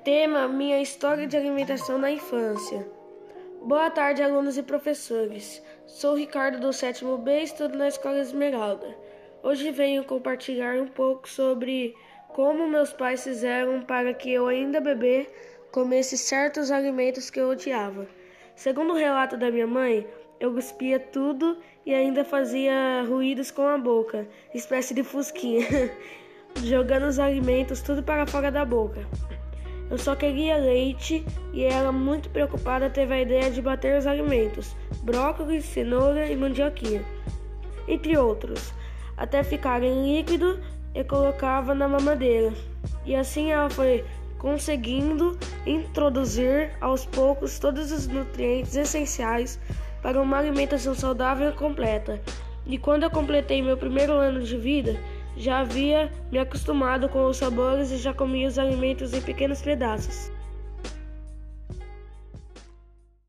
Tema: minha história de alimentação na infância. Boa tarde, alunos e professores. Sou Ricardo do 7º B e estudo na Escola Esmeralda. Hoje venho compartilhar um pouco sobre como meus pais fizeram para que eu, ainda bebê, comesse certos alimentos que eu odiava. Segundo o relato da minha mãe, eu cuspia tudo e ainda fazia ruídos com a boca, espécie de fusquinha, jogando os alimentos tudo para fora da boca. Eu só queria leite e ela, muito preocupada, teve a ideia de bater os alimentos, brócolis, cenoura e mandioquinha, entre outros, até ficarem líquido e colocava na mamadeira. E assim ela foi conseguindo introduzir aos poucos todos os nutrientes essenciais para uma alimentação saudável e completa. E quando eu completei meu primeiro ano de vida, já havia me acostumado com os sabores e já comia os alimentos em pequenos pedaços.